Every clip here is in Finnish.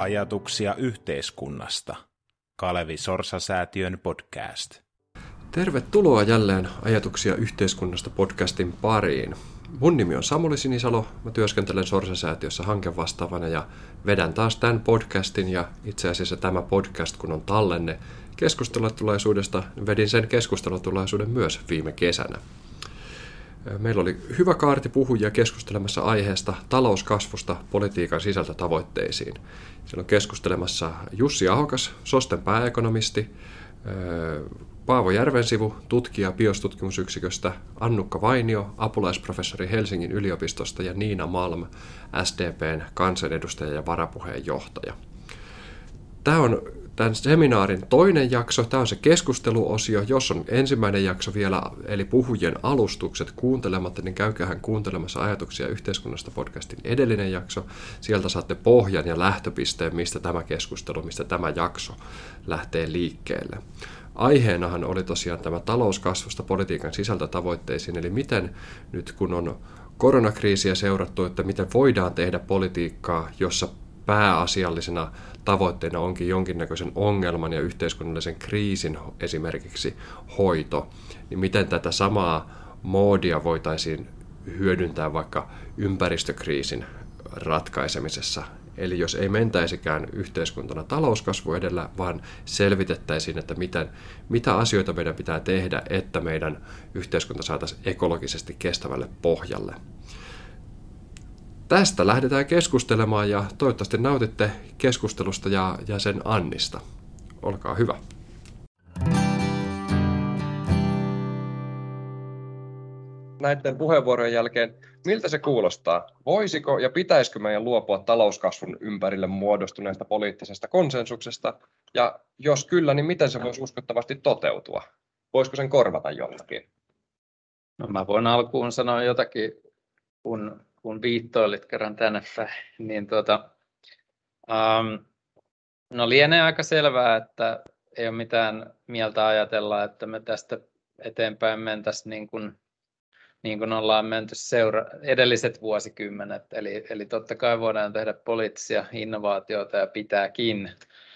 Ajatuksia yhteiskunnasta. Kalevi Sorsa-säätiön podcast. Tervetuloa jälleen Ajatuksia yhteiskunnasta podcastin pariin. Mun nimi on Samuli Sinisalo, mä työskentelen Sorsa-säätiössä hankevastaavana ja vedän taas tämän podcastin ja itse asiassa tämä podcast kun on tallenne keskustelutulaisuudesta, vedin sen keskustelutulaisuuden myös viime kesänä. Meillä oli hyvä kaarti puhujia keskustelemassa aiheesta talouskasvusta politiikan sisältötavoitteisiin. Siellä on keskustelemassa Jussi Ahokas, SOSTEn pääekonomisti, Paavo Järvensivu, tutkija BIOS-tutkimusyksiköstä, Annukka Vainio, apulaisprofessori Helsingin yliopistosta ja Niina Malm, SDPn kansanedustaja ja varapuheenjohtaja. Tämä on tämän seminaarin toinen jakso, tämä on se keskusteluosio. Jos on ensimmäinen jakso vielä, eli puhujien alustukset kuuntelematta, niin käykäähän kuuntelemassa Ajatuksia yhteiskunnasta podcastin edellinen jakso. Sieltä saatte pohjan ja lähtöpisteen, mistä tämä keskustelu, mistä tämä jakso lähtee liikkeelle. Aiheenahan oli tosiaan tämä talouskasvusta politiikan sisältötavoitteisiin, eli miten nyt kun on koronakriisiä seurattu, että miten voidaan tehdä politiikkaa, jossa pääasiallisena tavoitteena onkin jonkinnäköisen ongelman ja yhteiskunnallisen kriisin esimerkiksi hoito, niin miten tätä samaa moodia voitaisiin hyödyntää vaikka ympäristökriisin ratkaisemisessa. Eli jos ei mentäisikään yhteiskuntana talouskasvu edellä, vaan selvitettäisiin, että mitä asioita meidän pitää tehdä, että meidän yhteiskunta saataisiin ekologisesti kestävälle pohjalle. Tästä lähdetään keskustelemaan ja toivottavasti nautitte keskustelusta ja sen annista. Olkaa hyvä. Näiden puheenvuorojen jälkeen, miltä se kuulostaa? Voisiko ja pitäisikö meidän luopua talouskasvun ympärille muodostuneesta poliittisesta konsensuksesta? Ja jos kyllä, niin miten se voisi uskottavasti toteutua? Voisiko sen korvata jollakin? No mä voin alkuun sanoa jotakin, kun viittoilit kerran tänne päin. Niin no lienee aika selvää, että ei ole mitään mieltä ajatella, että me tästä eteenpäin mentäisiin niin kuin ollaan menty edelliset vuosikymmenet. Eli totta kai voidaan tehdä poliittisia innovaatioita ja pitääkin.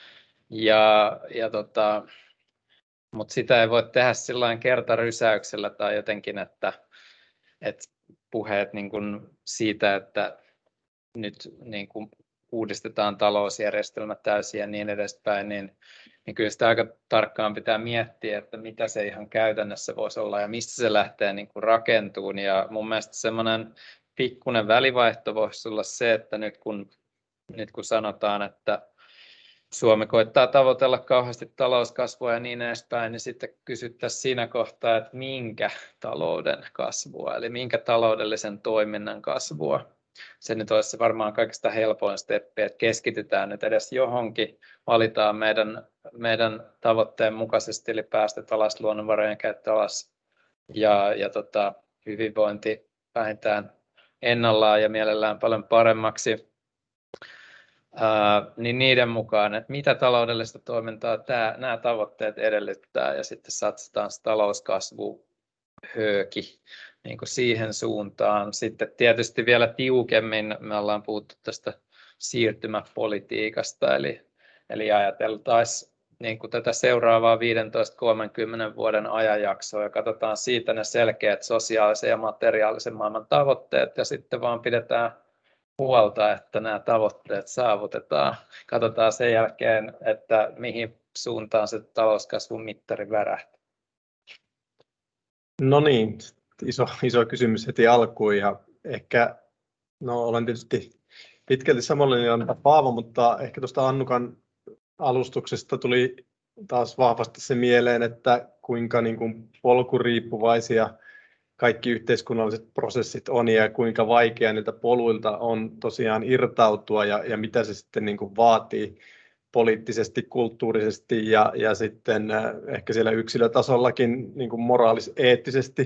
Mutta sitä ei voi tehdä sillain kertarysäyksellä tai jotenkin, että puheet niin kuin siitä, että nyt niin kuin uudistetaan talousjärjestelmä täysin ja niin edespäin, niin kyllä sitä aika tarkkaan pitää miettiä, että mitä se ihan käytännössä voisi olla ja mistä se lähtee niin kuin rakentumaan. Ja mun mielestä semmoinen pikkuinen välivaihto voisi olla se, että nyt kun sanotaan, että Suomi koittaa tavoitella kauheasti talouskasvua ja niin edespäin, niin sitten kysyttäisiin siinä kohtaa, että minkä talouden kasvua, eli minkä taloudellisen toiminnan kasvua. Se nyt olisi varmaan kaikista helpoin steppi, että keskitytään nyt edes johonkin, valitaan meidän tavoitteen mukaisesti, eli päästöt alas, luonnonvarojen käyttö alas ja hyvinvointi vähintään ennallaan ja mielellään paljon paremmaksi. Niin niiden mukaan, että mitä taloudellista toimintaa nämä tavoitteet edellyttää ja sitten satsataan talouskasvu hööki niin kuin siihen suuntaan. Sitten tietysti vielä tiukemmin me ollaan puhuttu tästä siirtymäpolitiikasta, eli ajateltaisiin niin kuin tätä seuraavaa 15-30 vuoden ajanjaksoa ja katsotaan siitä ne selkeät sosiaalisen ja materiaalisen maailman tavoitteet ja sitten vaan pidetään huolta, että nämä tavoitteet saavutetaan. Katsotaan sen jälkeen, että mihin suuntaan se talouskasvun mittari värähtää. No niin, iso kysymys heti alkuun ja ehkä, olen tietysti pitkälti samalla linjalla Paavo, mutta ehkä tuosta Annukan alustuksesta tuli taas vahvasti se mieleen, että kuinka niin kuin polkuriippuvaisia kaikki yhteiskunnalliset prosessit on ja kuinka vaikea niiltä poluilta on tosiaan irtautua ja mitä se sitten niin kuin vaatii poliittisesti, kulttuurisesti ja sitten ehkä siellä yksilötasollakin niin kuin moraalis-eettisesti.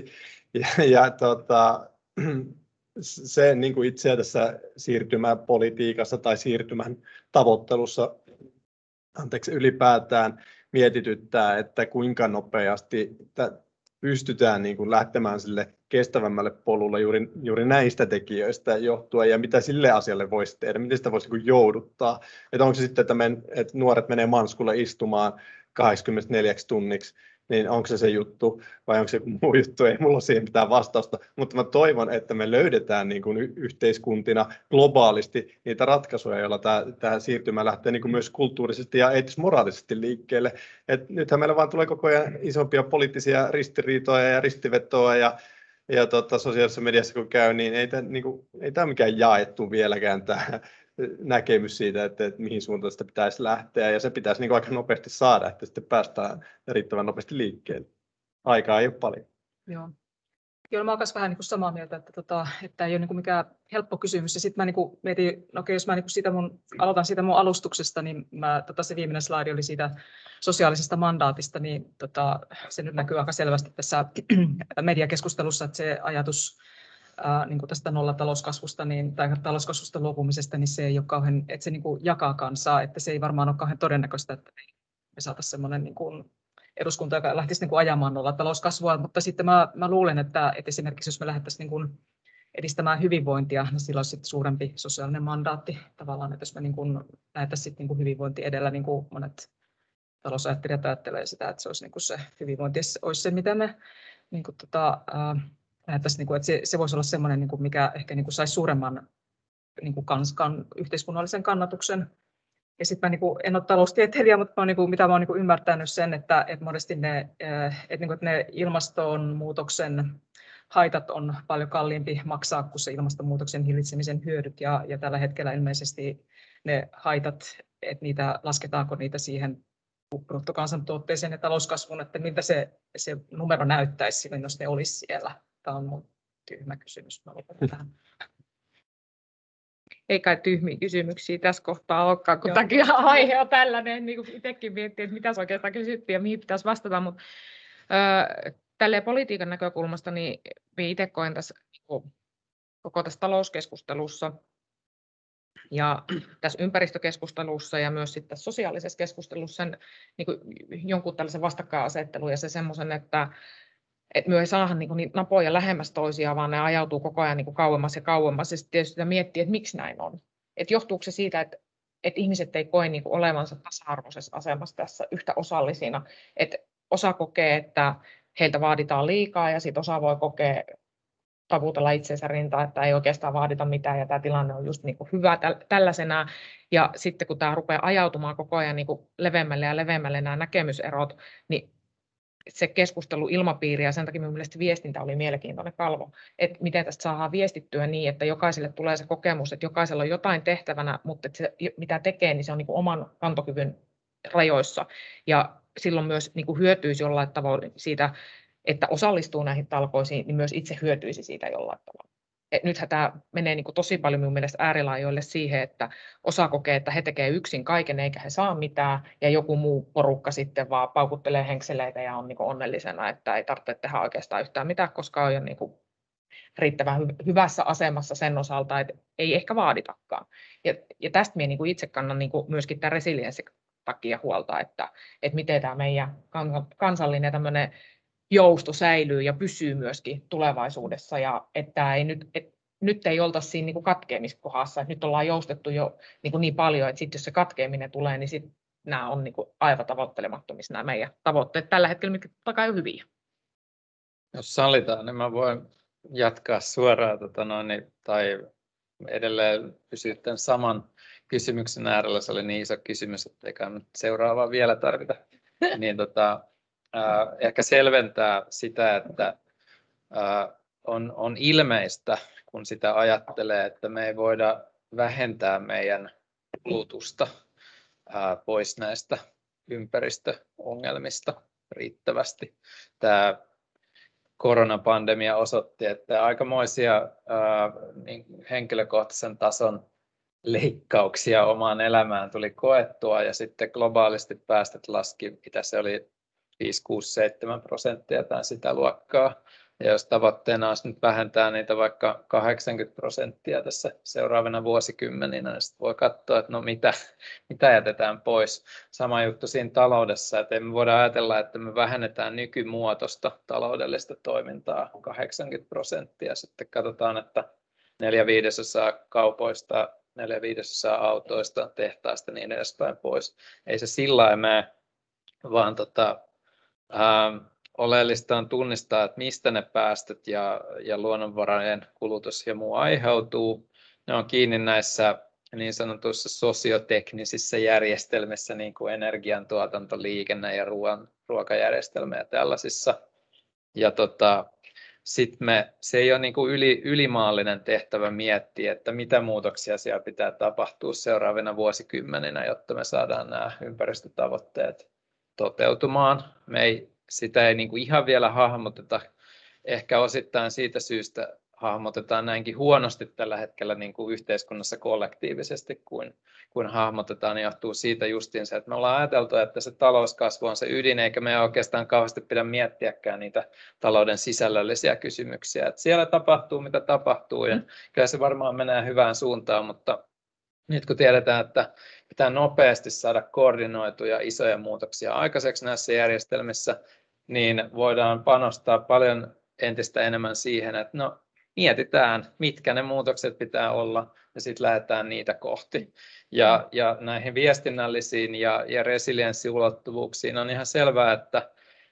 Se niin kuin itseä tässä siirtymäpolitiikassa tai siirtymän tavoittelussa ylipäätään mietityttää, että kuinka nopeasti pystytään niin kuin lähtemään sille kestävämmälle polulle juuri näistä tekijöistä johtuen, ja mitä sille asialle voisi tehdä, miten sitä voisi niin kuin jouduttaa. Että onko se sitten, että nuoret menee manskulle istumaan 84 tunniksi, niin onko se juttu vai onko se muu juttu, ei mulla ole siihen mitään vastausta, mutta mä toivon, että me löydetään niin kuin yhteiskuntina globaalisti niitä ratkaisuja, joilla tämä siirtymä lähtee niin kuin myös kulttuurisesti ja eettis-moraalisesti liikkeelle. Et nythän meillä vaan tulee koko ajan isompia poliittisia ristiriitoja ja ristivetoa ja sosiaalisessa mediassa kun käy, niin ei tämä mikään jaettu vieläkään tämä näkemys siitä, että mihin suuntaan sitä pitäisi lähteä, ja se pitäisi niin kuin aika nopeasti saada, että sitten päästään riittävän nopeasti liikkeelle. Aikaa ei ole paljon. Joo. Kyllä mä olen myös vähän niin kuin samaa mieltä, että ei ole niin kuin mikään helppo kysymys. Ja sitten mä niin kuin mietin, jos mä niin kuin aloitan siitä mun alustuksesta, niin se viimeinen slaidi oli siitä sosiaalisesta mandaatista, niin se nyt näkyy aika selvästi tässä mediakeskustelussa, että se ajatus niin kuin tästä nollatalouskasvusta tai talouskasvusta luopumisesta, niin se ei ole kauhean, että se niin kuin jakaa kansaa, että se ei varmaan ole kauhean todennäköistä, että me saataisiin semmoinen niin kuin eduskunta, joka lähtisi niin kuin ajamaan nollatalouskasvua, mutta sitten mä luulen, että esimerkiksi jos me lähdettäisiin niin kuin edistämään hyvinvointia, niin sillä olisi sitten suurempi sosiaalinen mandaatti tavallaan, että jos me niin kuin lähdettäisiin sitten niin kuin hyvinvointi edellä, niin kuin monet talousajattelijat ajattelee sitä, että se olisi niin kuin se hyvinvointi olisi se, mitä me niin kuin lähdettäisiin, niin kuin, että se voisi olla semmoinen, niin kuin mikä ehkä niin kuin saisi suuremman niin kuin yhteiskunnallisen kannatuksen. Ja sitten mä en ole taloustieteilijä, mutta mitä mä olen ymmärtänyt sen, että monesti ne ilmastonmuutoksen haitat on paljon kalliimpi maksaa kuin se ilmastonmuutoksen hillitsemisen hyödyt. Ja tällä hetkellä ilmeisesti ne haitat, että lasketaanko niitä siihen bruttokansantuotteeseen ja talouskasvuun, että miltä se numero näyttäisi silloin, jos ne olisi siellä. Tämä on mun tyhmä kysymys. Mä lopetan tähän. Ei kai tyhmiä kysymyksiä tässä kohtaa olekaan, kun takia aihe on tällainen, niin kuin itsekin miettii, että mitä oikeastaan kysyttiin ja mihin pitäisi vastata, mutta tälleen politiikan näkökulmasta, niin itse koen tässä koko tässä talouskeskustelussa ja tässä ympäristökeskustelussa ja myös sitten tässä sosiaalisessa keskustelussa niin kuin jonkun tällaisen vastakkainasettelun ja se semmoisen, että me ei saada niin napoja lähemmäs toisiaan, vaan ne ajautuu koko ajan niin kauemmas ja kauemmas. Ja sitten tietysti sitä miettii, että miksi näin on. Että johtuuko se siitä, että ihmiset ei koe niin olevansa tasa-arvoisessa asemassa tässä yhtä osallisina. Että osa kokee, että heiltä vaaditaan liikaa ja sitten osa voi kokea taputella itseensä rintaan, että ei oikeastaan vaadita mitään ja tämä tilanne on just niin hyvä tällaisena. Ja sitten kun tämä rupeaa ajautumaan koko ajan niin leveämmälle ja leveämmälle nämä näkemyserot, niin se keskustelu ilmapiiri ja sen takia minun mielestä viestintä oli mielenkiintoinen kalvo, että miten tästä saadaan viestittyä niin, että jokaiselle tulee se kokemus, että jokaisella on jotain tehtävänä, mutta että se, mitä tekee, niin se on niin kuin oman kantokyvyn rajoissa ja silloin myös niin kuin hyötyisi jollain tavalla siitä, että osallistuu näihin talkoisiin, niin myös itse hyötyisi siitä jollain tavalla. Et nythän tämä menee niin kuin tosi paljon minun mielestä äärilaajoille siihen, että osa kokee, että he tekevät yksin kaiken eikä he saa mitään, ja joku muu porukka sitten vaan paukuttelee henkseleitä ja on niin kuin onnellisena, että ei tarvitse tehdä oikeastaan yhtään mitään, koska on jo niin kuin riittävän hyvässä asemassa sen osalta, että ei ehkä vaaditakaan. Ja tästä minä niin kuin itse kannan niin kuin myöskin tämän resilienssin takia huolta, että miten tämä meidän kansallinen tämmöinen jousto säilyy ja pysyy myöskin tulevaisuudessa ja että ei nyt ei oltaisi siinä niin katkeamiskohdassa, että nyt ollaan joustettu jo niin paljon, että sitten jos se katkeaminen tulee, niin sitten nämä on niin aivan tavoittelemattomissa nämä meidän tavoitteet tällä hetkellä, mitkä takaa jo hyviä. Jos sallitaan, niin mä voin jatkaa suoraan tai edelleen pysyä tämän saman kysymyksen äärellä. Se oli niin iso kysymys, että eikä nyt seuraavaa vielä tarvita. Niin ehkä selventää sitä, että on ilmeistä, kun sitä ajattelee, että me ei voida vähentää meidän kulutusta pois näistä ympäristöongelmista riittävästi. Tämä koronapandemia osoitti, että aikamoisia henkilökohtaisen tason leikkauksia omaan elämään tuli koettua ja sitten globaalisti päästöt laski, mitä se oli 5, 6, 7% tai sitä luokkaa Ja jos tavoitteena olisi nyt vähentää niitä vaikka 80% tässä seuraavina vuosikymmeninä, niin sitten voi katsoa, että no mitä jätetään pois. Sama juttu siinä taloudessa, että emme voida ajatella, että me vähennetään nykymuotoista taloudellista toimintaa 80%. Sitten katsotaan, että 4/5 kaupoista, 4/5 autoista, tehtaista niin edespäin pois. Ei se sillä lailla mene, vaan oleellista on tunnistaa, että mistä ne päästöt ja luonnonvarojen kulutus ja muu aiheutuu. Ne on kiinni näissä niin sanotuissa sosioteknisissä järjestelmissä, niin kuin energiantuotanto, liikenne ja ruokajärjestelmä ja tällaisissa. Ja se ei ole niin kuin ylimaallinen tehtävä miettiä, että mitä muutoksia siellä pitää tapahtua seuraavina vuosikymmeninä, jotta me saadaan nämä ympäristötavoitteet toteutumaan. Sitä ei niin kuin ihan vielä hahmoteta, ehkä osittain siitä syystä hahmotetaan näinkin huonosti tällä hetkellä niin kuin yhteiskunnassa kollektiivisesti kuin hahmotetaan, niin johtuu siitä justiinsa, että me ollaan ajateltu, että se talouskasvu on se ydin, eikä me oikeastaan kauheasti pidä miettiäkään niitä talouden sisällöllisiä kysymyksiä. Että siellä tapahtuu, mitä tapahtuu, ja kyllä se varmaan menee hyvään suuntaan, mutta nyt kun tiedetään, että pitää nopeasti saada koordinoituja isoja muutoksia aikaiseksi näissä järjestelmissä, niin voidaan panostaa paljon entistä enemmän siihen, että mietitään, mitkä ne muutokset pitää olla, ja sitten lähdetään niitä kohti. Ja näihin viestinnällisiin ja resilienssiulottuvuuksiin on ihan selvää, että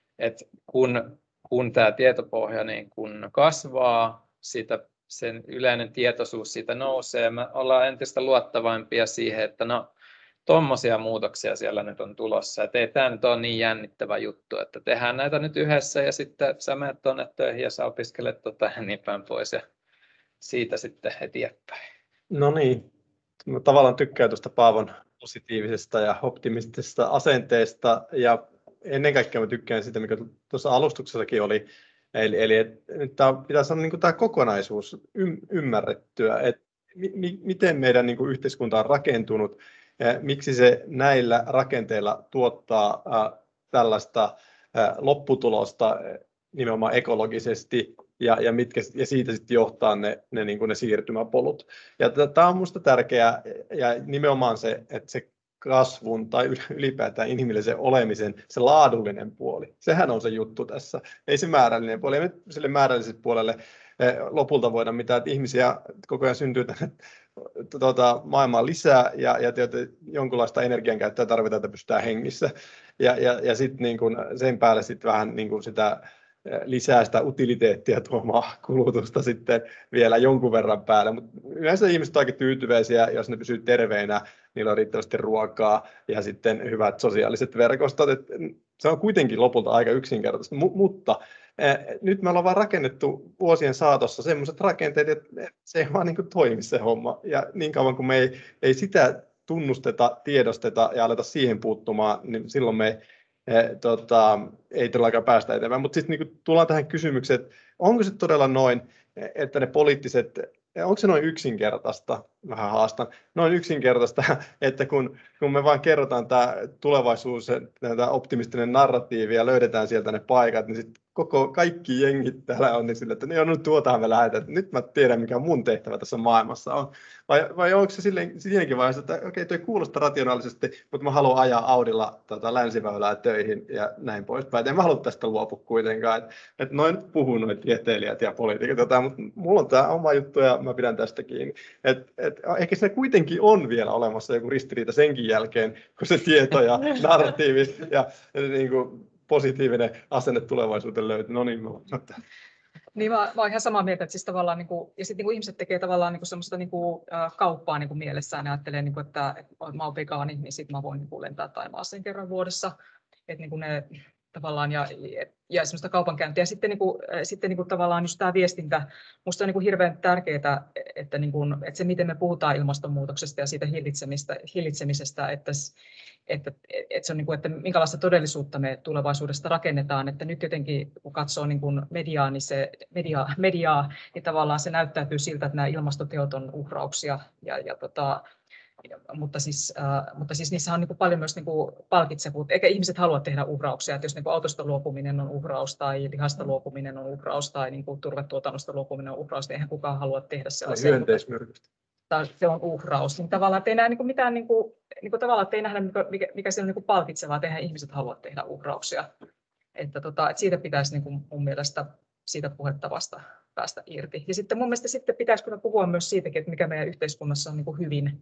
kun tämä tietopohja niin kun kasvaa, sen yleinen tietoisuus siitä nousee, me ollaan entistä luottavaimpia siihen, että tuommoisia muutoksia siellä nyt on tulossa, että ei tämä nyt ole niin jännittävä juttu, että tehdään näitä nyt yhdessä ja sitten sä menet tuonne töihin ja sä opiskelet ja niin päin pois ja siitä sitten eteenpäin. No niin, mä tavallaan tykkään tuosta Paavon positiivisesta ja optimistisesta asenteesta ja ennen kaikkea mä tykkään sitä, mikä tuossa alustuksessakin oli, eli nyt pitäisi olla niin tämä kokonaisuus ymmärrettyä, että miten meidän niin yhteiskunta on rakentunut, miksi se näillä rakenteilla tuottaa tällaista lopputulosta nimenomaan ekologisesti ja siitä sitten johtaa ne siirtymäpolut. Ja tämä on minusta tärkeää ja nimenomaan se, että se kasvun tai ylipäätään inhimillisen olemisen se laadullinen puoli. Sehän on se juttu tässä, ei se määrällinen puoli. Ei me sille määrälliselle puolelle lopulta voida mitään, että ihmisiä koko ajan syntyy tänne maailmaan lisää ja jonkunlaista energiankäyttöä tarvitaan, että pystytään hengissä. Ja sitten niin sen päälle sitten vähän niin sitä lisää sitä utiliteettia tuomaa kulutusta sitten vielä jonkun verran päälle. Mutta yleensä ihmiset ovat aika tyytyväisiä, jos ne pysyy terveinä, niillä on riittävästi ruokaa ja sitten hyvät sosiaaliset verkostot. Se on kuitenkin lopulta aika yksinkertaista, mutta nyt me ollaan vaan rakennettu vuosien saatossa sellaiset rakenteet, että se ei vaan niin kuin toimi se homma. Ja niin kauan kuin me ei sitä tunnusteta, tiedosteta ja aleta siihen puuttumaan, niin silloin me ei todellakaan päästä eteenpäin. Mutta sitten niin tullaan tähän kysymykseen, että onko se todella noin, että ne poliittiset, onko se noin yksinkertaista, vähän haastan, noin yksinkertaista, että kun me vaan kerrotaan tämä tulevaisuus, tämä optimistinen narratiivi ja löydetään sieltä ne paikat, niin sitten kaikki jengit täällä on niin sille, että nyt tuotahan me lähdetään, että nyt mä tiedän, mikä mun tehtävä tässä maailmassa on. Vai onko se siinäkin vaiheessa, että okei, toi kuulostaa rationaalisesti, mutta mä haluan ajaa Audilla länsiväylää töihin ja näin poispäin. En mä halua tästä luopua kuitenkaan. Että noin puhuu noin tieteilijät ja poliitikot, mutta mulla on tämä oma juttu ja mä pidän tästä kiinni. Ehkä se kuitenkin on vielä olemassa joku ristiriita senkin jälkeen, kun se tieto ja narratiivi ja niin kuin positiivinen asenne tulevaisuuteen löytyy. No niin, Niin mä oon ihan samaa mieltä, että siis tavallaan ja sitten ihmiset tekee tavallaan semmoista kauppaa mielessään ja ajattelee, että mä oon vegaani, niin sitten mä voin lentää Taimaaseen kerran vuodessa. Että ne tavallaan ja semmoista kaupankäyntiä. Ja sitten tavallaan just tämä viestintä, musta on hirveän tärkeää, että se miten me puhutaan ilmastonmuutoksesta ja siitä hillitsemisestä, että se on että minkälaista todellisuutta me tulevaisuudesta rakennetaan, että nyt jotenkin kun katsoo mediaa, niin mediaa, niin tavallaan se näyttäytyy siltä, että nämä ilmastoteot on uhrauksia ja mutta siis niissä on niin kuin paljon myös niin kuin palkitsevuutta, eikä ihmiset halua tehdä uhrauksia, että jos niin kuin autosta luopuminen on uhraus tai lihasta luopuminen on uhraus tai niin kuin turvetuotannosta luopuminen on uhraus, niin eihän kukaan halua tehdä sellaisia. Hyönteismyrkystä. Se on uhraus, niin tavallaan ei näe niin mitään, niin kuin, tavallaan ei nähdä, mikä se on niin palkitsevaa, että eihän ihmiset halua tehdä uhrauksia. Että siitä pitäisi niin kuin mun mielestä siitä puhettavasta päästä irti. Ja sitten mun mielestä sitten pitäisi kyllä puhua myös siitäkin, että mikä meidän yhteiskunnassa on niin kuin hyvin.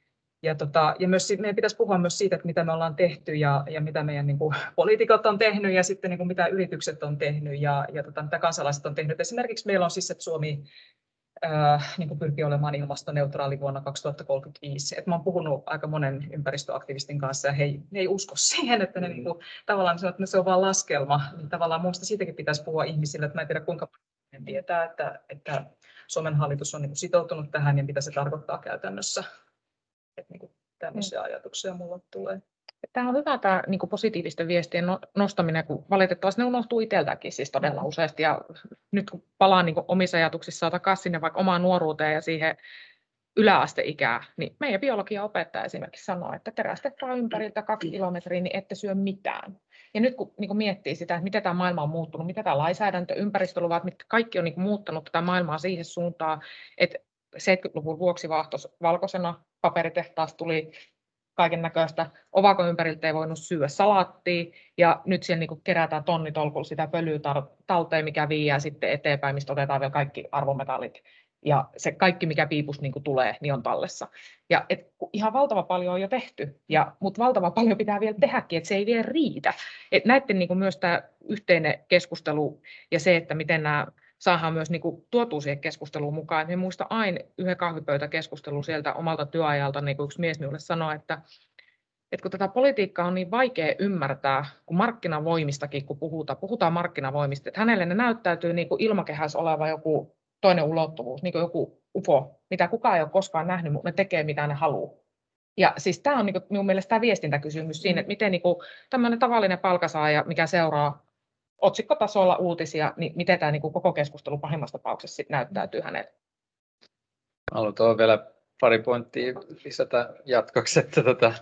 Ja myös meidän pitäisi puhua myös siitä, että mitä me ollaan tehty ja mitä meidän niin kuin poliitikot on tehnyt ja sitten niin kuin mitä yritykset on tehnyt ja mitä kansalaiset on tehnyt. Esimerkiksi meillä on siis, että Suomi niin kuin pyrkii olemaan ilmastoneutraali vuonna 2035. Et mä oon puhunut aika monen ympäristöaktivistin kanssa ja he ei usko siihen, että ne niin kuin, tavallaan sanoo, että se on vain laskelma. Niin tavallaan mun mielestä siitäkin pitäisi puhua ihmisille, että mä en tiedä kuinka paljon tietää, että Suomen hallitus on niin kuin sitoutunut tähän ja mitä se tarkoittaa käytännössä. Että niin kuin tämmöisiä ajatuksia mulla tulee. Tämä on hyvä tämä niin kuin positiivisten viestien nostaminen, kun valitettavasti ne unohtuu itseltäkin siis todella useasti. Ja nyt kun palaan niin kuin omissa ajatuksissaan takaisin sinne vaikka omaan nuoruuteen ja siihen yläasteikään, niin meidän biologian opettaja esimerkiksi sanoo, että terästettä ympäriltä 2 kilometriä, niin ette syö mitään. Ja nyt kun niin kuin miettii sitä, että miten tämä maailma on muuttunut, mitä tämä lainsäädäntö, ympäristöluvat, mitkä kaikki on niin kuin muuttanut tätä maailmaa siihen suuntaan, että 70-luvun vuoksivaahtos valkoisena, paperitehtaasta tuli kaiken näköistä. Ovakon ympäriltä ei voinut syödä salaattia, ja nyt siellä niin kerätään tonnitolkulla sitä pölyä talteen, mikä viiää sitten eteenpäin, mistä otetaan vielä kaikki arvometallit. Ja se kaikki, mikä piipusta niin tulee, niin on tallessa. Ja ihan valtava paljon on jo tehty, mutta valtava paljon pitää vielä tehdäkin, että se ei vielä riitä. Näiden niin myös tämä yhteinen keskustelu ja se, että miten nämä saadaan myös niin tuotua siihen keskusteluun mukaan. Me muista aina yhden kahvipöytäkeskustelun sieltä omalta työajalta, niin kuin yksi mies minulle sanoi, että kun tätä politiikkaa on niin vaikea ymmärtää, kun markkinavoimistakin, kun puhutaan markkinavoimista, että hänelle ne näyttäytyy niin kuin ilmakehässä oleva joku toinen ulottuvuus, niin kuin joku UFO, mitä kukaan ei ole koskaan nähnyt, mutta ne tekee mitä ne haluaa. Ja siis tämä on niin kuin minun mielestä tämä viestintäkysymys siinä, että miten niin kuin tämmöinen tavallinen palkansaaja, mikä seuraa otsikkotasolla uutisia, niin miten tämä niin kuin koko keskustelu pahimmassa tapauksessa sit näyttäytyy hänelle? Haluan vielä pari pointtia lisätä jatkoksi, että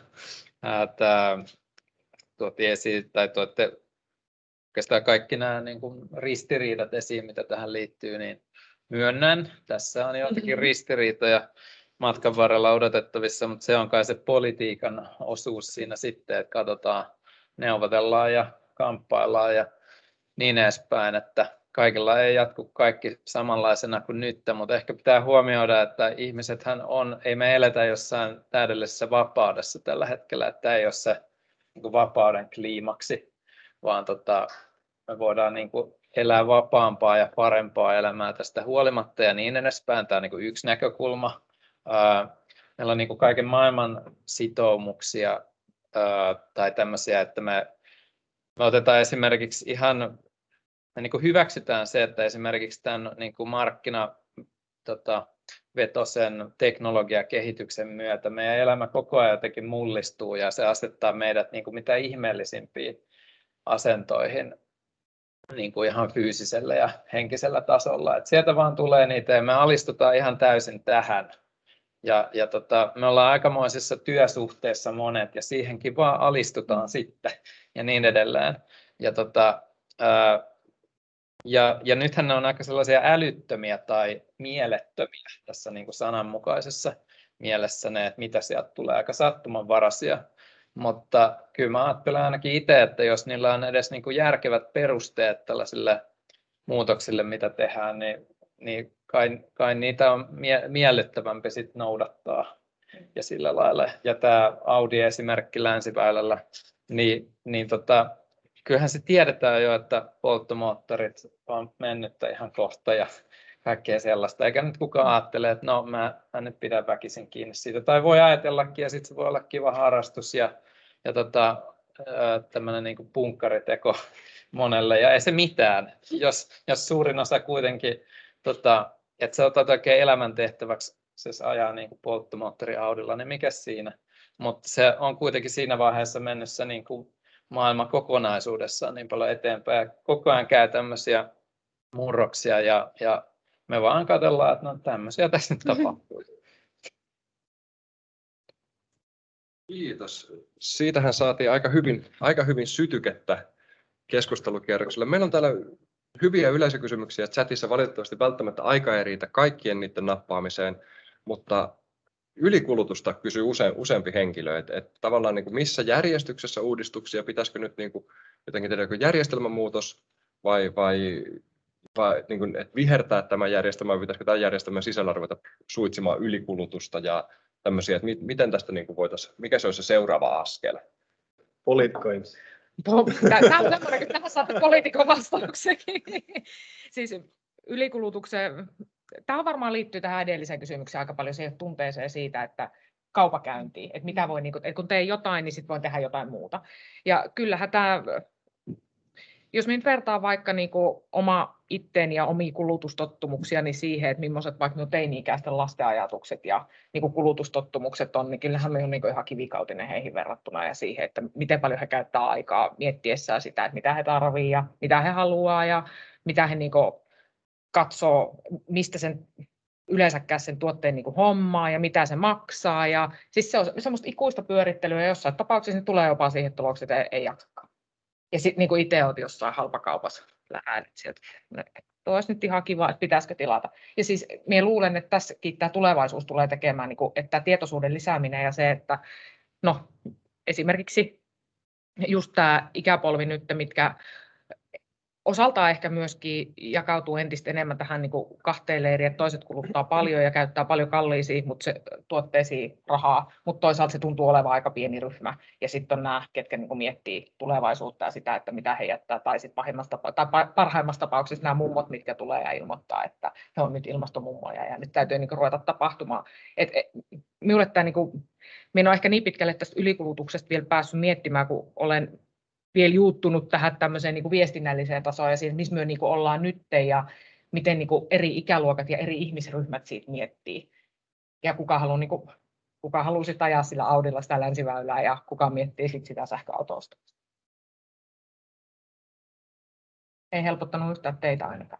tuotiin esiin, tai tuotte oikeastaan kaikki nämä niin kuin ristiriidat esiin, mitä tähän liittyy, niin myönnän, tässä on joitakin ristiriitoja matkan varrella odotettavissa, mutta se on kai se politiikan osuus siinä sitten, että katsotaan, neuvotellaan ja kamppaillaan ja niin edespäin, että kaikilla ei jatku kaikki samanlaisena kuin nyt, mutta ehkä pitää huomioida, että ihmisethän ei me eletä jossain täydellisessä vapaudessa tällä hetkellä, että tämä ei ole se niin kuin vapauden kliimaksi, vaan me voidaan niin kuin elää vapaampaa ja parempaa elämää tästä huolimatta ja niin edespäin. Tämä on niin kuin yksi näkökulma. Meillä on niin kuin kaiken maailman sitoumuksia tai tämmöisiä, että me otetaan esimerkiksi me niin kuin hyväksytään se, että esimerkiksi tämän niin kuin markkinavetoisen teknologiakehityksen myötä meidän elämä koko ajan jotenkin mullistuu ja se asettaa meidät niin kuin mitä ihmeellisimpiin asentoihin niin kuin ihan fyysisellä ja henkisellä tasolla. Et sieltä vaan tulee niitä ja me alistutaan ihan täysin tähän. Ja me ollaan aikamoisissa työsuhteissa monet ja siihenkin vaan alistutaan sitten ja niin edelleen. Ja nythän ne on aika sellaisia älyttömiä tai mielettömiä tässä niin kuin sananmukaisessa mielessä ne, että mitä sieltä tulee, aika sattumanvaraisia. Mutta kyllä mä ajattelen ainakin itse, että jos niillä on edes niin kuin järkevät perusteet tällaisille muutoksille, mitä tehdään, niin kai niitä on miellyttävämpi sit noudattaa ja sillä lailla. Ja tämä Audi-esimerkki Länsiväylällä, niin kyllähän se tiedetään jo, että polttomoottorit on mennyttä ihan kohta ja kaikkea sellaista. Eikä nyt kukaan ajattele, että no mä nyt pidän väkisin kiinni siitä. Tai voi ajatellakin ja sitten se voi olla kiva harrastus ja tämmöinen niin kuin punkkariteko monelle. Ja ei se mitään, jos suurin osa kuitenkin, että sä otat oikein elämäntehtäväksi, se ajaa niin kuin polttomoottori Audilla, niin mikä siinä? Mutta se on kuitenkin siinä vaiheessa mennessä niin kuin maailma kokonaisuudessaan niin paljon eteenpäin. Koko ajan käy tämmöisiä murroksia ja me vaan katsellaan, että no tämmöisiä tässä nyt tapahtuu. Kiitos. Siitähän saatiin aika hyvin sytykettä keskustelukierrokselle. Meillä on täällä hyviä yleisökysymyksiä chatissa. Valitettavasti välttämättä aika ei riitä kaikkien niiden nappaamiseen, mutta ylikulutusta kysyy useampi henkilö, että tavallaan niin kuin missä järjestyksessä uudistuksia, pitäisikö nyt niin kuin jotenkin tehdä joku järjestelmämuutos vai niin kuin, että vihertää tämä järjestelmä, vai pitäisikö tämän järjestelmän sisällä ruveta suitsimaan ylikulutusta ja tämmöisiä, että miten tästä niin kuin voitaisiin, mikä se olisi se seuraava askel? Poliitikkojen. Tämä on semmoinen, että tähän saatte poliitikon vastauksekin. Siis ylikulutukseen, tämä varmaan liittyy tähän edelliseen kysymykseen aika paljon siihen tunteeseen siitä, että kaupakäyntiin, että mitä voi, että kun teen jotain, niin sitten voin tehdä jotain muuta. Ja kyllähän tämä, jos minä vertaan vaikka niin kuin oma itteeni ja omia kulutustottumuksiani siihen, että millaiset vaikka minun teini-ikäisten lasten ajatukset ja niin kuin kulutustottumukset on, niin kyllähän me on niin kuin ihan kivikautinen heihin verrattuna ja siihen, että miten paljon he käyttää aikaa miettiessään sitä, että mitä he tarvitsevat ja mitä he haluaa ja mitä he niin kuin katsoo, mistä sen yleensäkään sen tuotteen niin kuin hommaa ja mitä se maksaa. Ja siis se on semmoista ikuista pyörittelyä ja jossain tapauksessa ne tulee jopa siihen tulokseen, että ei jaksakaan. Ja sitten niin kuin itse olet jossain halpakaupassa lähdet sieltä, että olisi nyt ihan kiva, että pitäisikö tilata. Ja siis minä luulen, että tässäkin tämä tulevaisuus tulee tekemään, niin kuin, että tämä tietoisuuden lisääminen ja se, että no esimerkiksi just tämä ikäpolvi nyt, mitkä osaltaan ehkä myöskin jakautuu entistä enemmän tähän niin kuin kahteen leiriin, että toiset kuluttaa paljon ja käyttää paljon kalliisiin tuotteisiin rahaa, mutta toisaalta se tuntuu olevan aika pieni ryhmä. Ja sitten on nämä, ketkä niin kuin miettii tulevaisuutta ja sitä, että mitä he jättää, tai sitten parhaimmassa tapauksessa nämä mummot, mitkä tulee ja ilmoittaa, että he on nyt ilmastomummoja ja nyt täytyy niin kuin ruveta tapahtumaan. Minulle tämä, niin kuin, minä en ole ehkä niin pitkälle tästä ylikulutuksesta vielä päässyt miettimään, kun olen vielä juuttunut tähän tämmöiseen niin kuin viestinnälliseen tasoon ja siihen, missä me niin kuin ollaan nyt ja miten niin kuin eri ikäluokat ja eri ihmisryhmät siitä miettii. Ja kuka haluaa sitten ajaa sillä Audilla sitä länsiväylää ja kuka miettii sitten sitä sähköautosta. Ei helpottanut yhtään teitä ainakaan.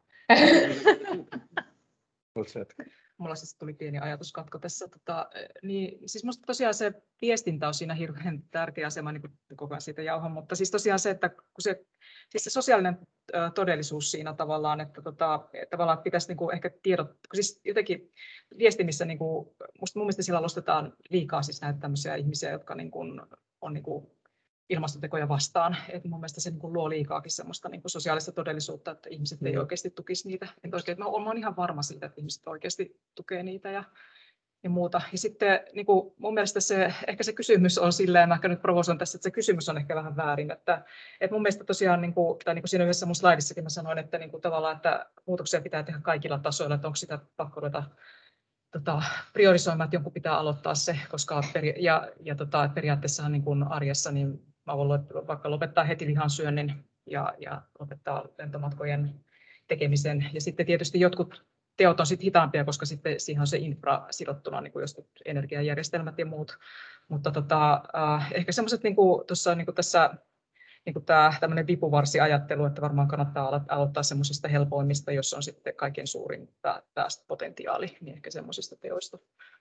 Mulla siis tuli pieni ajatuskatko tässä. Niin, siis minusta tosiaan se viestintä on siinä hirveän tärkeä asema, niin kuin koko ajan siitä jauhan, mutta siis tosiaan se, että kun siis se sosiaalinen todellisuus siinä tavallaan, että tavallaan pitäisi niin kuin ehkä siis jotenkin viestinnissä, niin kuin, mun mielestä sillä nostetaan liikaa siis näitä tämmöisiä ihmisiä, jotka niin kuin, on niin kuin ilmastotekoja vastaan. Et mun mielestä se niin kuin luo liikaakin semmoista niin kuin sosiaalista todellisuutta, että ihmiset ei oikeasti tukisi niitä. Mä olen ihan varma siitä, että ihmiset oikeasti tukee niitä ja muuta. Ja sitten niin kuin mun mielestä ehkä se kysymys on silleen, mä ehkä nyt provosoin tässä, että se kysymys on ehkä vähän väärin. Että mun mielestä tosiaan, niin kuin siinä yhdessä mun slaidissakin mä sanoin, että niin kuin tavallaan, että muutoksia pitää tehdä kaikilla tasoilla, että onko sitä pakko ruveta priorisoimaan, että jonkun pitää aloittaa se, koska periaatteessahan niin kuin arjessa niin mä voin vaikka lopettaa heti lihansyönnin ja lopettaa lentomatkojen tekemisen. Ja sitten tietysti jotkut teot on sitten hitaampia, koska sitten siihen on se infra sidottuna, niin kuin just energiajärjestelmät ja muut. Mutta ehkä semmoiset niin kuin tässä niin kuin tämä tämmöinen vipuvarsiajattelu, että varmaan kannattaa aloittaa semmoisista helpoimmista, jos on sitten kaiken suurin päästöpotentiaali, niin ehkä semmoisista teoista.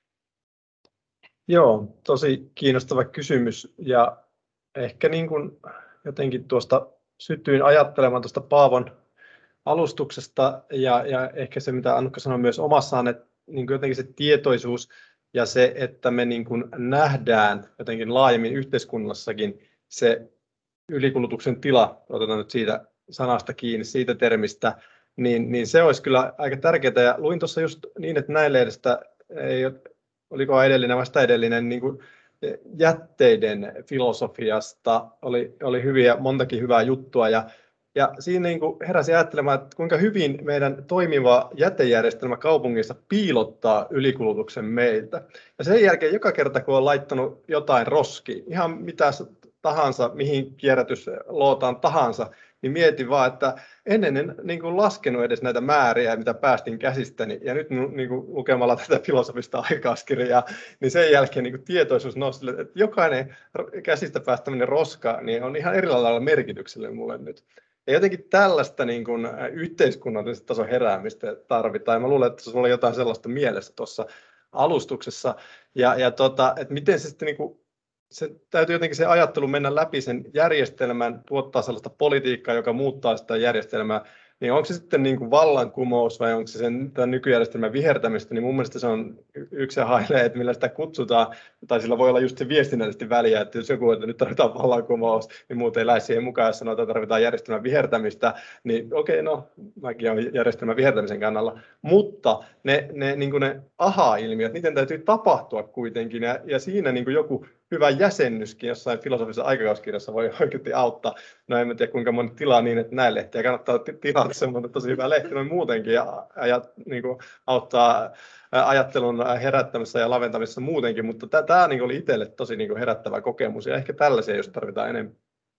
Joo, tosi kiinnostava kysymys ja ehkä niin kuin jotenkin tuosta sytyin ajattelemaan tuosta Paavon alustuksesta ja ehkä se, mitä Annukka sanoi myös omassaan, että niin kuin jotenkin se tietoisuus ja se, että me niin kuin nähdään jotenkin laajemmin yhteiskunnassakin se ylikulutuksen tila, otetaan nyt siitä sanasta kiinni, siitä termistä, niin se olisi kyllä aika tärkeää. Ja luin tuossa just niin, että näin lehdestä, oliko edellinen vai sitä edellinen, niin kuin jätteiden filosofiasta oli montakin hyvää juttua. Ja siinä niin kuin heräsi ajattelemaan, että kuinka hyvin meidän toimiva jätejärjestelmä kaupungissa piilottaa ylikulutuksen meiltä. Ja sen jälkeen joka kerta, kun on laittanut jotain roskiin, ihan mitä tahansa, mihin kierrätyslootaan tahansa, niin mietin vaan, että ennen en niin kuin laskenut edes näitä määriä, mitä päästin käsistäni, ja nyt niin kuin lukemalla tätä filosofista aikauskirjaa, niin sen jälkeen niin kuin tietoisuus nousi, että jokainen käsistä päästäminen roska niin on ihan eri lailla merkityksellinen mulle nyt. Ja jotenkin tällaista niin kuin yhteiskunnallisen tason heräämistä tarvitaan, ja mä luulen, että sulla oli jotain sellaista mielessä tuossa alustuksessa, että miten se sitten niin kuin se täytyy jotenkin se ajattelu mennä läpi sen järjestelmän, tuottaa sellaista politiikkaa, joka muuttaa sitä järjestelmää, niin onko se sitten niin kuin vallankumous vai onko se sen nykyjärjestelmän vihertämistä, niin mun mielestä se on yksi ja hailee, että millä sitä kutsutaan, tai sillä voi olla just se viestinnällisesti väliä, että jos joku, että nyt tarvitaan vallankumous, niin muut ei lähde siihen mukaan, jos sanotaan, että tarvitaan järjestelmän vihertämistä, niin okei, no mäkin olen järjestelmän vihertämisen kannalla, mutta niin kuin ne aha-ilmiöt, niiden täytyy tapahtua kuitenkin, ja siinä niin kuin joku hyvä jäsennyskin jossain filosofisessa aikakauskirjassa voi oikeasti auttaa. No en tiedä kuinka moni tilaa niin, että näin lehtiä kannattaa tilata, semmoinen tosi hyvä lehti noin muutenkin ja niin kuin auttaa ajattelun herättämisessä ja laventamisessa muutenkin, mutta tämä niin oli itselle tosi niin kuin herättävä kokemus ja ehkä tällaisia, jos tarvitaan enemmän.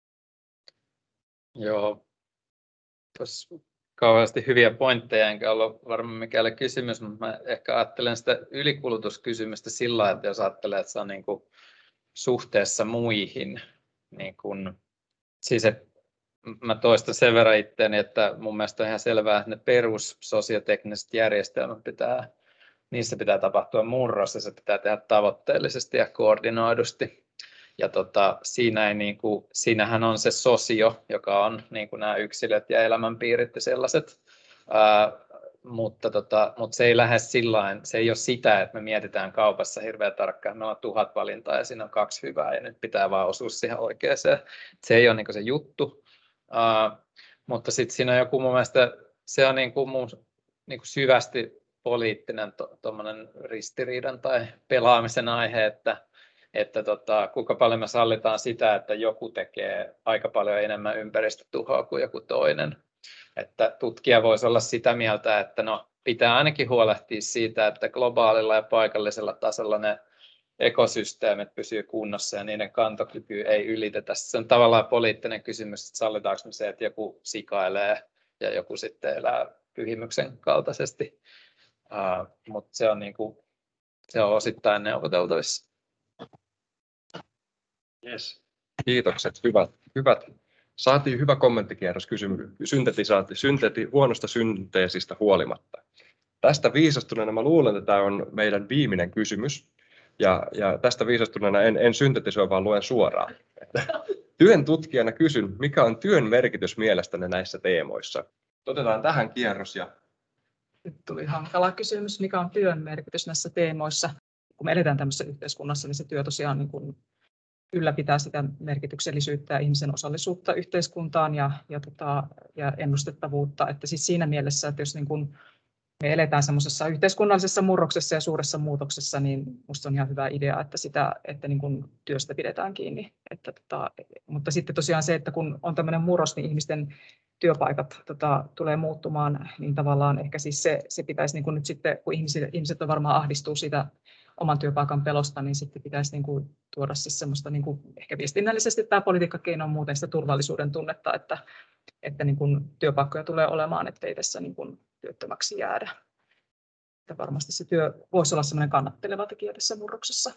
Joo, tuossa kauheasti hyviä pointteja, enkä ole varma mikä oli kysymys, mutta mä ehkä ajattelen sitä ylikulutuskysymystä sillä lailla, että jos ajattelee, että se on niin kuin suhteessa muihin, niin kun, siis mä toistan sen verran itseäni, että mun mielestä on ihan selvää, että ne perussosiotekniset järjestelmät niissä pitää tapahtua murros ja se pitää tehdä tavoitteellisesti ja koordinoidusti. Ja siinähän on se sosio, joka on niin kuin nämä yksilöt ja elämänpiirit ja sellaiset. Mutta se ei lähde sillain, se ei ole sitä, että me mietitään kaupassa hirveän tarkkaan, meillä on 1000 valintaa ja siinä on 2 hyvää ja nyt pitää vaan osua siihen oikeaan. Se ei ole niin kuin se juttu, mutta sitten siinä on joku mun mielestä, se on niin kuin syvästi poliittinen tuommoinen ristiriidan tai pelaamisen aihe, että kuinka paljon me sallitaan sitä, että joku tekee aika paljon enemmän ympäristötuhoa kuin joku toinen. Että tutkija voisi olla sitä mieltä, että no, pitää ainakin huolehtia siitä, että globaalilla ja paikallisella tasolla ne ekosysteemit pysyy kunnossa ja niiden kantokyky ei ylitetä. Se on tavallaan poliittinen kysymys, että sallitaanko me se, että joku sikailee ja joku sitten elää pyhimyksen kaltaisesti. Mutta se on osittain neuvoteltavissa. Yes. Kiitokset, hyvät. Saatiin hyvä kommenttikierros huonosta synteesistä huolimatta. Tästä viisastuneena mä luulen, että tämä on meidän viimeinen kysymys. Ja tästä viisastuneena en syntetisoi, vaan luen suoraan. Työn tutkijana kysyn, mikä on työn merkitys mielestänne näissä teemoissa? Otetaan tähän kierros. Nyt tuli hankala kysymys, mikä on työn merkitys näissä teemoissa. Kun me eletään tämmöisessä yhteiskunnassa, niin se työ tosiaan niin kuin ylläpitää sitä merkityksellisyyttä ja ihmisen osallisuutta yhteiskuntaan ja ennustettavuutta. Että siis siinä mielessä, että jos niin kuin me eletään semmoisessa yhteiskunnallisessa murroksessa ja suuressa muutoksessa, niin minusta on ihan hyvä idea, että niin kuin työstä pidetään kiinni. Mutta sitten tosiaan se, että kun on tämmöinen murros, niin ihmisten työpaikat tulee muuttumaan, niin tavallaan ehkä siis se pitäisi niin kuin nyt sitten, kun ihmiset on varmaan ahdistuu siitä oman työpaikan pelosta, niin sitten pitäisi niin kuin tuoda siis semmoista niin kuin ehkä viestinnällisesti tämä politiikkakeino on muuten sitä turvallisuuden tunnetta, että niin kuin työpaikkoja tulee olemaan, ettei tässä niin kuin työttömäksi jäädä. Että varmasti se työ voisi olla semmoinen kannatteleva tekijä tässä murroksessa.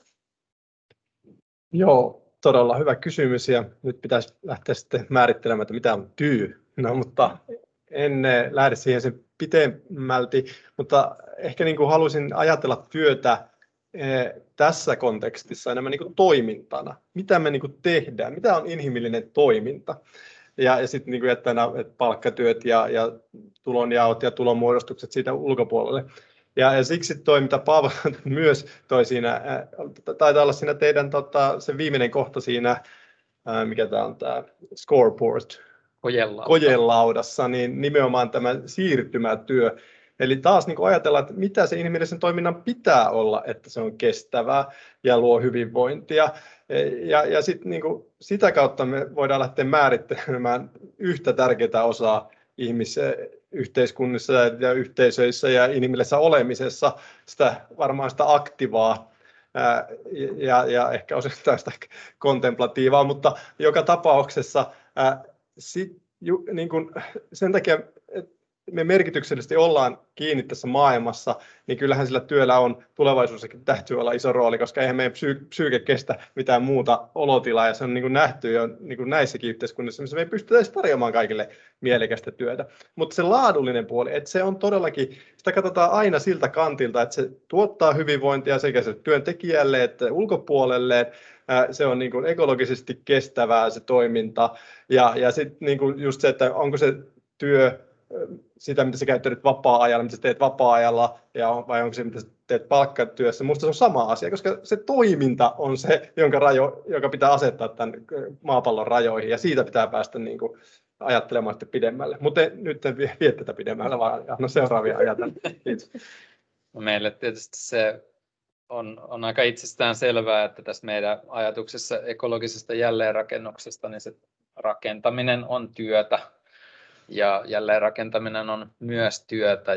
Joo, todella hyvä kysymys ja nyt pitäisi lähteä sitten määrittelemään, että mitä on työ. No, mutta en lähde siihen sen pitemmälti, mutta ehkä niin kuin haluaisin ajatella työtä tässä kontekstissa enemmän niin kuin toimintana. Mitä me niin kuin tehdään? Mitä on inhimillinen toiminta? Ja sitten niin kuin jättää nämä palkkatyöt ja tulonjaot ja tulonmuodostukset siitä ulkopuolelle. Ja siksi toi, mitä Paavo myös toi siinä, taitaa olla siinä teidän se viimeinen kohta siinä, mikä tämä on tämä scoreboard, kojelaudassa, niin nimenomaan tämä siirtymätyö. Eli taas niin kuin ajatellaan, että mitä se inhimillisen toiminnan pitää olla, että se on kestävää ja luo hyvinvointia. Ja sitten niin kuin sitä kautta me voidaan lähteä määrittelemään yhtä tärkeää osaa ihmisyhteiskunnissa ja yhteisöissä ja inhimillisessä olemisessa, varmaan sitä aktivaa ja ehkä osittain sitä kontemplatiivaa, mutta joka tapauksessa niin kuin sen takia, me merkityksellisesti ollaan kiinni tässä maailmassa, niin kyllähän sillä työllä on tulevaisuudessakin täytyy olla iso rooli, koska eihän meidän psyyke kestä mitään muuta olotilaa, ja se on niin kuin nähty jo niin kuin näissäkin yhteiskunnissa, missä me ei pystytä edes tarjoamaan kaikille mielekästä työtä. Mutta se laadullinen puoli, että se on todellakin, sitä katsotaan aina siltä kantilta, että se tuottaa hyvinvointia sekä se työntekijälle että ulkopuolelle, se on niin kuin ekologisesti kestävää se toiminta, ja sitten niin kuin just se, että onko se työ sitä, mitä sä käyttänyt vapaa-ajalla, mitä sä teet vapaa-ajalla, vai onko se, mitä sä teet palkkatyössä. Minusta se on sama asia, koska se toiminta on se, joka pitää asettaa tämän maapallon rajoihin, ja siitä pitää päästä niin kuin ajattelemaan sitten pidemmälle. Mutta nyt en vie tätä pidemmälle, vaan anna seuraavia ajatella. Meille tietysti se on aika itsestään selvää, että tässä meidän ajatuksessa ekologisesta jälleenrakennuksesta, niin se rakentaminen on työtä. Ja jälleenrakentaminen on myös työtä,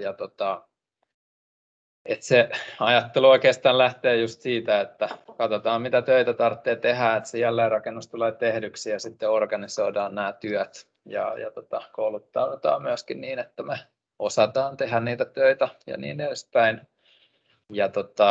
että se ajattelu oikeastaan lähtee just siitä, että katsotaan mitä töitä tarvitsee tehdä, että se jälleenrakennus tulee tehdyksi ja sitten organisoidaan nämä työt ja kouluttaudutaan myöskin niin, että me osataan tehdä niitä töitä ja niin edespäin. Ja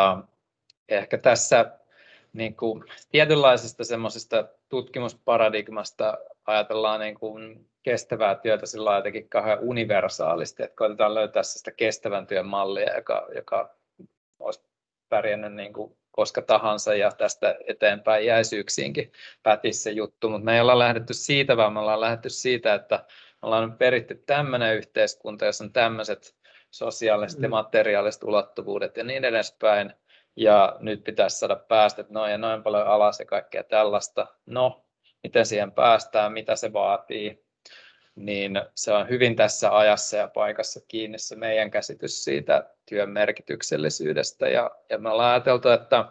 ehkä tässä niin kuin tietynlaisesta semmoisesta tutkimusparadigmasta ajatellaan niin kuin kestävää työtä sillä lailla jotenkin kauhean universaalisti, että koitetaan löytää sitä kestävän työn mallia, joka olisi pärjännyt niin kuin koska tahansa ja tästä eteenpäin jäisyyksiinkin pätisi se juttu, mutta me ei olla lähdetty siitä, vaan me ollaan lähdetty siitä, että me ollaan peritty tämmöinen yhteiskunta, jossa on tämmöiset sosiaaliset ja materiaaliset ulottuvuudet ja niin edespäin, ja nyt pitäisi saada päästöt noin ja noin paljon alas ja kaikkea tällaista. No, miten siihen päästään, mitä se vaatii, niin se on hyvin tässä ajassa ja paikassa kiinni se meidän käsitys siitä työn merkityksellisyydestä. Ja me ollaan ajateltu,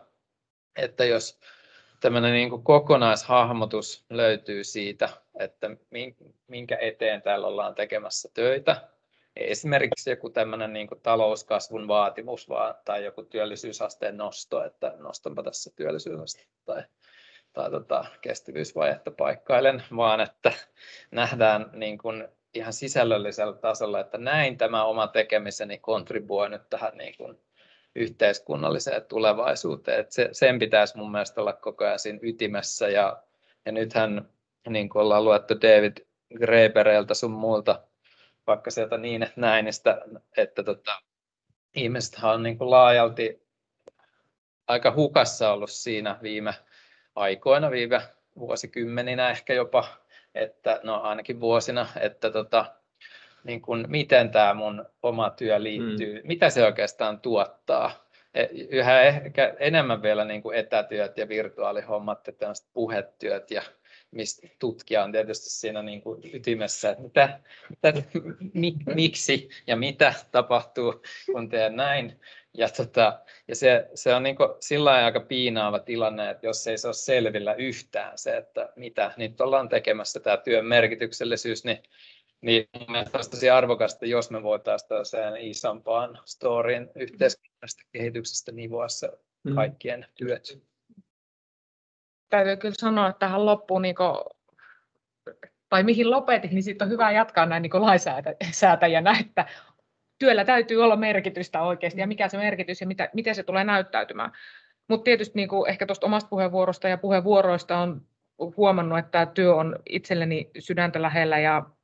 että jos tämmöinen niin kuin kokonaishahmotus löytyy siitä, että minkä eteen täällä ollaan tekemässä töitä, esimerkiksi joku tämmöinen niin kuin talouskasvun vaatimus tai joku työllisyysasteen nosto, että nostanpa tässä työllisyysastetta tai kestävyysvajetta paikkailen, vaan että nähdään niin kuin ihan sisällöllisellä tasolla, että näin tämä oma tekemiseni kontribuoi nyt tähän niin kuin yhteiskunnalliseen tulevaisuuteen. Että sen pitäisi mun mielestä olla koko ajan siinä ytimessä. Ja nythän niin kuin ollaan luettu David Graeberilta sun muilta, vaikka sieltä niin että näinistä, että ihmisethän on niin kuin laajalti aika hukassa ollut siinä viime aikoina, viime vuosikymmeninä ehkä jopa, että no ainakin vuosina, että niin kuin, miten tämä mun oma työ liittyy, mitä se oikeastaan tuottaa. Yhä ehkä enemmän vielä niin kuin etätyöt ja virtuaalihommat ja tämmöiset puhetyöt, ja mistä tutkija on tietysti siinä niin kuin ytimessä, että miksi ja mitä tapahtuu, kun teen näin. Ja se on niin kuin sillä lailla aika piinaava tilanne, että jos ei se ole selvillä yhtään se, että mitä nyt ollaan tekemässä, tämä työn merkityksellisyys, niin mun mielestä olisi tosi arvokasta, jos me voitaisiin tällaiseen isompaan storyin yhteiskunnallisesta kehityksestä nivoa se kaikkien työt. Täytyy kyllä sanoa, että tähän loppuun, tai mihin lopetit, niin sitten on hyvä jatkaa näin niin lainsäätäjänä, että työllä täytyy olla merkitystä oikeasti, ja mikä se merkitys ja miten se tulee näyttäytymään. Mutta tietysti niin kuin ehkä tuosta omasta puheenvuorosta ja puheenvuoroista on huomannut, että työ on itselleni sydäntä lähellä,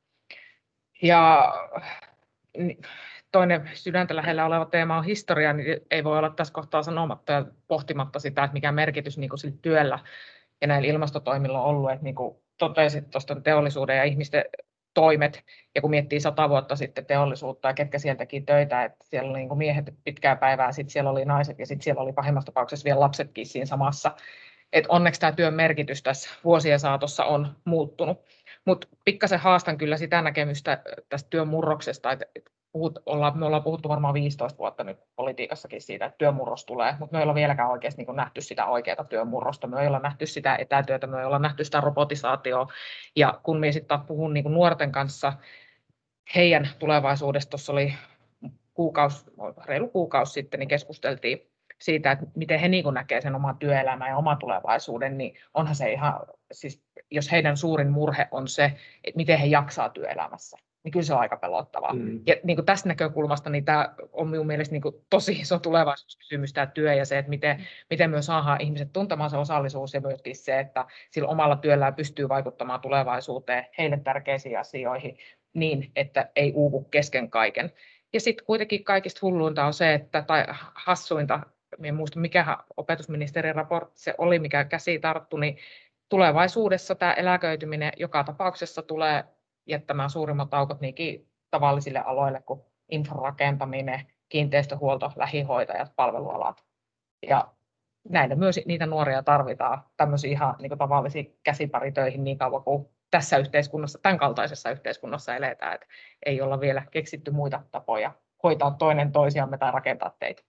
ja toinen sydäntä lähellä oleva teema on historia, niin ei voi olla tässä kohtaa sanomatta ja pohtimatta sitä, että mikä merkitys niin kuin sillä työllä ja näillä ilmastotoimilla on ollut, että niin kuin totesit tuosta teollisuuden ja ihmisten toimet, ja kun miettii 100 vuotta sitten teollisuutta ja ketkä siellä teki töitä, että siellä oli niin kuin miehet pitkää päivää, sitten siellä oli naiset ja sitten siellä oli pahimmassa tapauksessa vielä lapsetkin siinä samassa. Et onneksi tämä työn merkitys tässä vuosien saatossa on muuttunut, mutta pikkasen haastan kyllä sitä näkemystä tästä työn murroksesta, että me ollaan puhuttu varmaan 15 vuotta nyt politiikassakin siitä, että työmurros tulee, mutta me ei olla vieläkään oikeasti niin nähty sitä oikeaa työmurrosta, me ei olla nähty sitä etätyötä, me ei olla nähty sitä robotisaatioa, ja kun me sitten puhun niin nuorten kanssa heidän tulevaisuudesta, tuossa oli reilu kuukausi sitten, niin keskusteltiin siitä, että miten he niin näkee sen oman työelämän ja oman tulevaisuuden, niin onhan se ihan, siis jos heidän suurin murhe on se, että miten he jaksaa työelämässä. niin kyllä se on aika pelottavaa. Ja niin kuin tästä näkökulmasta niin tämä on minun mielestä niin kuin tosi iso tulevaisuuskysymys, tämä työ ja se, että miten myös saadaan ihmiset tuntemaan se osallisuus ja myöskin se, että sillä omalla työllään pystyy vaikuttamaan tulevaisuuteen heille tärkeisiin asioihin niin, että ei uuvu kesken kaiken. Ja sitten kuitenkin kaikista hulluinta on se, tai hassuinta, en muista mikä opetusministerin raportti se oli, mikä käsi tarttui, niin tulevaisuudessa tämä eläköityminen joka tapauksessa tulee jättämään suurimmat aukot niinkin tavallisille aloille kuin infrarakentaminen, kiinteistöhuolto, lähihoitajat, palvelualat. Ja näillä myös niitä nuoria tarvitaan tämmöisiä ihan niin kuin tavallisia käsiparitöihin niin kauan kuin tässä yhteiskunnassa, tämän kaltaisessa yhteiskunnassa eletään, että ei olla vielä keksitty muita tapoja hoitaa toinen toisiamme tai rakentaa teitä.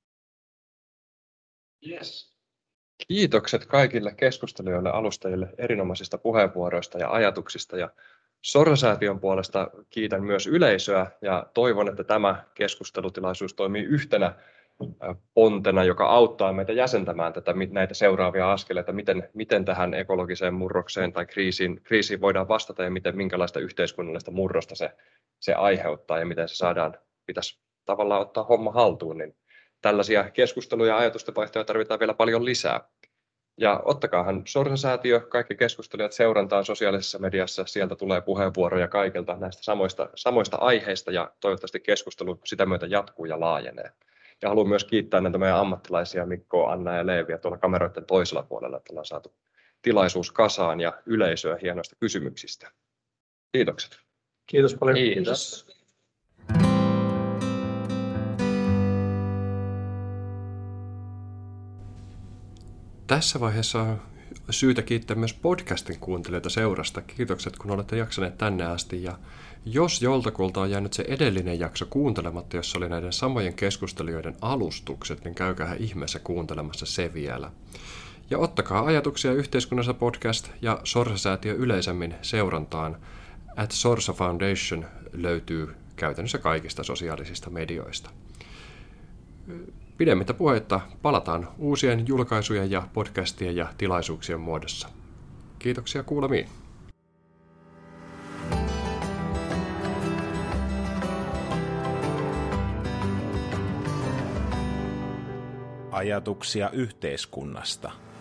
Yes. Kiitokset kaikille keskustelijoille, alustajille erinomaisista puheenvuoroista ja ajatuksista. Ja Sorsa-säätiön puolesta kiitän myös yleisöä ja toivon, että tämä keskustelutilaisuus toimii yhtenä pontena, joka auttaa meitä jäsentämään näitä seuraavia askeleita, miten tähän ekologiseen murrokseen tai kriisiin voidaan vastata ja minkälaista yhteiskunnallista murrosta se aiheuttaa ja miten se pitäisi tavallaan ottaa homma haltuun. Niin tällaisia keskusteluja ja ajatustenvaihtoja tarvitaan vielä paljon lisää. Ja ottakaahan Sorsa-säätiö, kaikki keskustelijat seurantaan sosiaalisessa mediassa, sieltä tulee puheenvuoroja kaikilta näistä samoista aiheista ja toivottavasti keskustelu sitä myötä jatkuu ja laajenee. Ja haluan myös kiittää näitä meidän ammattilaisia Mikkoa, Anna ja Leeviä tuolla kameroiden toisella puolella, että ollaan saatu tilaisuus kasaan ja yleisöä hienoista kysymyksistä. Kiitokset. Kiitos paljon. Kiitos. Tässä vaiheessa on syytä kiittää myös podcastin kuuntelijoita seurasta. Kiitokset, kun olette jaksaneet tänne asti. Ja jos joltakulta on jäänyt se edellinen jakso kuuntelematta, jossa oli näiden samojen keskustelijoiden alustukset, niin käykää ihmeessä kuuntelemassa se vielä. Ja ottakaa ajatuksia yhteiskunnassa podcast ja Sorsa-säätiö yleisemmin seurantaan. @Sorsa Foundation löytyy käytännössä kaikista sosiaalisista medioista. Pidemmittä puheitta palataan uusien julkaisujen ja podcastien ja tilaisuuksien muodossa. Kiitoksia kuulemiin. Ajatuksia yhteiskunnasta.